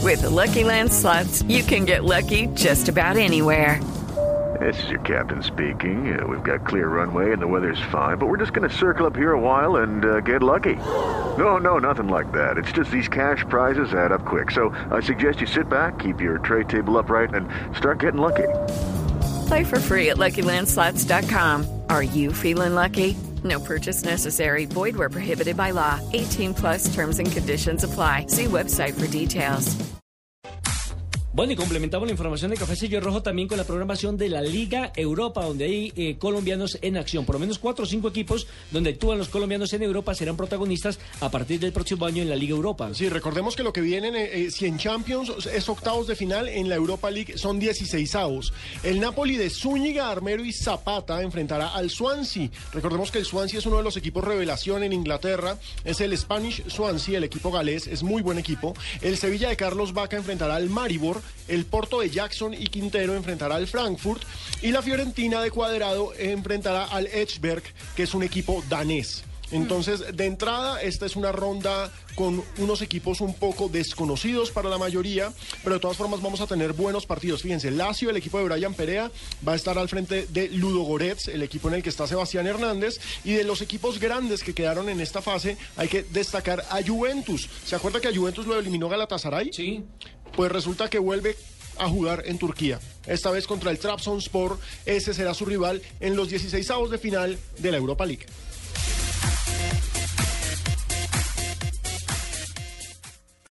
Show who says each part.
Speaker 1: With the Lucky Land Slots, you can get lucky just about anywhere.
Speaker 2: This is your captain speaking. We've got clear runway and the weather's fine, but we're just going to circle up here a while and get lucky. No, nothing like that. It's just these cash prizes add up quick. So I suggest you sit back, keep your tray table upright, and start getting lucky.
Speaker 1: Play for free at LuckyLandSlots.com. Are you feeling lucky? No purchase necessary. Void where prohibited by law. 18 plus terms and conditions apply. See website for details.
Speaker 3: Bueno, y complementamos la información de Café Sello Rojo también con la programación de la Liga Europa, donde hay colombianos en acción. Por lo menos 4 o 5 equipos donde actúan los colombianos en Europa serán protagonistas a partir del próximo año en la Liga Europa.
Speaker 4: Sí, recordemos que lo que vienen, si en Champions es octavos de final, en la Europa League son 16avos. El Napoli de Zúñiga, Armero y Zapata enfrentará al Swansea. Recordemos que el Swansea es uno de los equipos revelación en Inglaterra. Es el Spanish Swansea, el equipo galés, es muy buen equipo. El Sevilla de Carlos Vaca enfrentará al Maribor. El Porto de Jackson y Quintero enfrentará al Frankfurt y la Fiorentina de Cuadrado enfrentará al Esbjerg, que es un equipo danés. Entonces, de entrada, esta es una ronda con unos equipos un poco desconocidos para la mayoría, pero de todas formas vamos a tener buenos partidos. Fíjense, Lazio, el equipo de Brian Perea, va a estar al frente de Ludogorets, el equipo en el que está Sebastián Hernández, y de los equipos grandes que quedaron en esta fase hay que destacar a Juventus. ¿Se acuerda que a Juventus lo eliminó Galatasaray?
Speaker 3: Sí.
Speaker 4: Pues resulta que vuelve a jugar en Turquía, esta vez contra el Trabzonspor. Ese será su rival en los 16avos de final de la Europa League.